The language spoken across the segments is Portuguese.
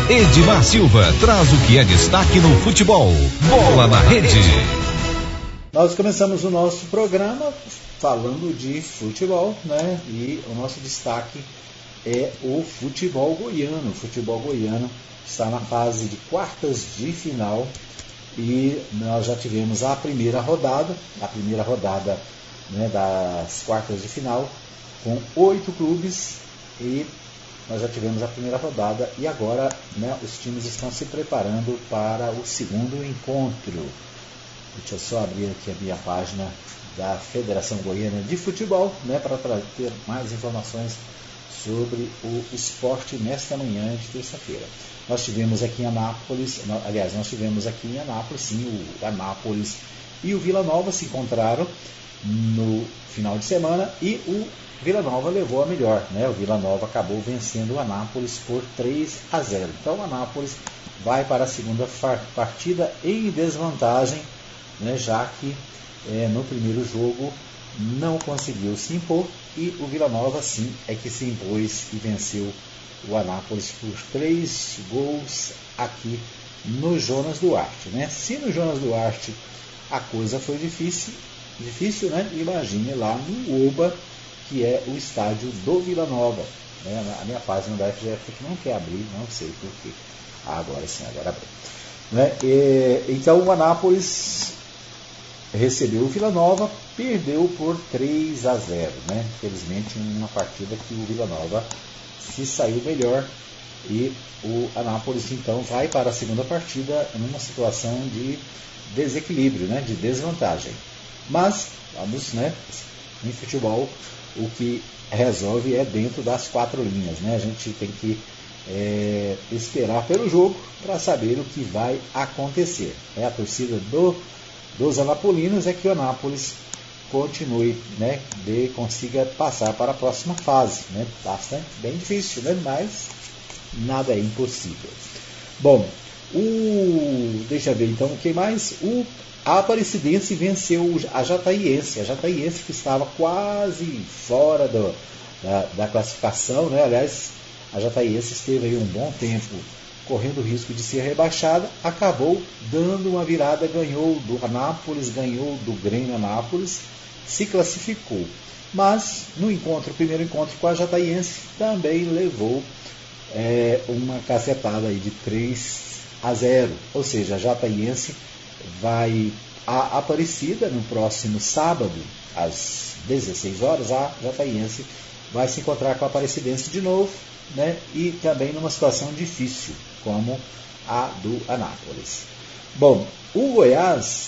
Edmar Silva traz o que é destaque no futebol. Bola na Rede. Nós começamos o nosso programa falando de futebol, né? E o nosso destaque é o futebol goiano. O futebol goiano está na fase de quartas de final e nós já tivemos a primeira rodada, né, das quartas de final, com 8 clubes, e nós já tivemos a primeira rodada e agora, né, os times estão se preparando para o segundo encontro. Deixa eu só abrir aqui a minha página da Federação Goiana de Futebol, né, para ter mais informações sobre o esporte nesta manhã de terça-feira. Nós tivemos aqui em Anápolis, sim, o Anápolis e o Vila Nova se encontraram no final de semana e o Vila Nova levou a melhor, né? O Vila Nova acabou vencendo o Anápolis por 3-0. Então o Anápolis vai para a segunda partida em desvantagem, né? Já que no primeiro jogo não conseguiu se impor, e o Vila Nova sim é que se impôs e venceu o Anápolis por 3 gols aqui no Jonas Duarte, né? Se no Jonas Duarte a coisa foi difícil, né? Imagine lá no Oba, que é o estádio do Vila Nova, né? A minha página da FGF que não quer abrir, não sei porquê. Agora sim, agora abriu, né? Então o Anápolis recebeu o Vila Nova, perdeu por 3-0, né? Infelizmente, uma partida que o Vila Nova se saiu melhor, e o Anápolis então vai para a segunda partida numa situação de desequilíbrio, né? De desvantagem. Mas vamos, né? Em futebol, o que resolve é dentro das 4 linhas, né? A gente tem que esperar pelo jogo para saber o que vai acontecer. A torcida dos anapolinos é que o Anápolis continue, né, consiga passar para a próxima fase, né? Bastante, bem difícil, né? Mas nada é impossível. Bom, deixa eu ver então o que mais. A Aparecidense venceu a Jataiense que estava quase fora da classificação, né? Aliás, a Jataiense esteve aí um bom tempo correndo o risco de ser rebaixada, acabou dando uma virada, ganhou do Anápolis, ganhou do Grêmio Anápolis, se classificou. Mas no primeiro encontro com a Jataiense, também levou uma cacetada aí de 3-0. Ou seja, a Jataiense vai à Aparecida no próximo sábado, às 16 horas, a Jataiense vai se encontrar com a Aparecidense de novo, né? E também numa situação difícil, como a do Anápolis. Bom, o Goiás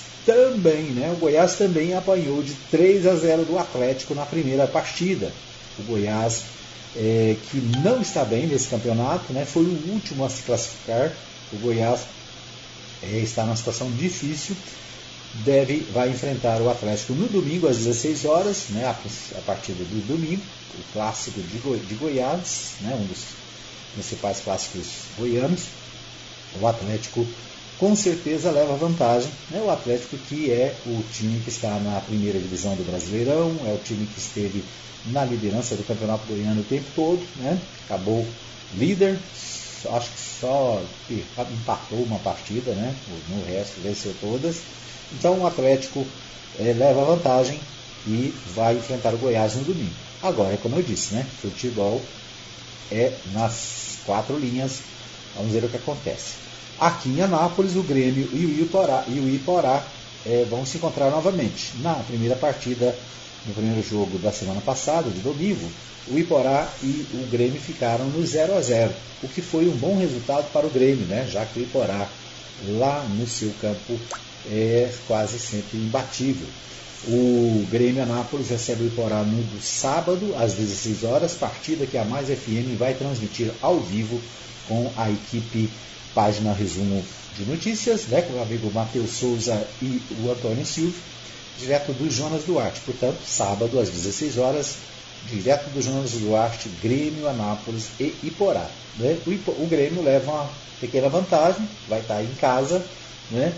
também apanhou de 3-0 do Atlético na primeira partida. O Goiás, que não está bem nesse campeonato, né? Foi o último a se classificar. O Goiás está numa situação difícil, vai enfrentar o Atlético no domingo às 16 horas, né? A partida do domingo, o clássico de Goiás, né? Um dos principais clássicos goianos. O Atlético com certeza leva vantagem, né? O Atlético, que é o time que está na primeira divisão do Brasileirão, é o time que esteve na liderança do Campeonato Goiano o tempo todo, né? Acabou líder, acho que só empatou uma partida, né? No resto venceu todas. Então o Atlético leva vantagem e vai enfrentar o Goiás no domingo. Agora, como eu disse, né? Futebol é nas 4 linhas. Vamos ver o que acontece. Aqui em Anápolis, o Grêmio e o Iporá vão se encontrar novamente. Na primeira partida, no primeiro jogo da semana passada, de domingo, o Iporá e o Grêmio ficaram no 0-0, o que foi um bom resultado para o Grêmio, né? Já que o Iporá, lá no seu campo, é quase sempre imbatível. O Grêmio Anápolis recebe o Iporá no sábado, às 16 horas, partida que a Mais FM vai transmitir ao vivo com a equipe Página Resumo de Notícias, né, com o amigo Matheus Souza e o Antônio Silva, direto do Jonas Duarte. Portanto, sábado, às 16 horas, direto do Jonas Duarte, Grêmio, Anápolis e Iporá. Né? O Grêmio leva uma pequena vantagem, vai estar em casa, né?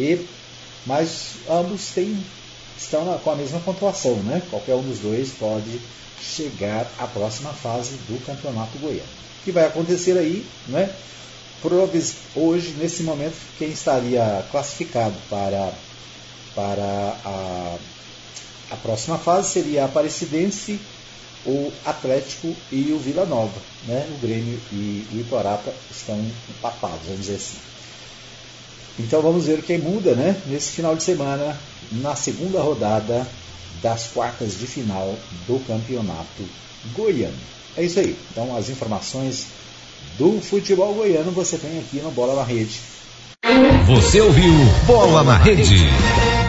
Mas ambos estão com a mesma pontuação, né? Qualquer um dos dois pode chegar à próxima fase do Campeonato Goiano. O que vai acontecer aí, né? hoje, nesse momento, quem estaria classificado para a próxima fase seria a Aparecidense, o Atlético e o Vila Nova, né? O Grêmio e o Iporapa estão empatados, vamos dizer assim. Então vamos ver o que muda, né? Nesse final de semana, na segunda rodada das quartas de final do Campeonato Goiano. É isso aí. Então as informações do futebol goiano você tem aqui no Bola na Rede. Você ouviu Bola na Rede.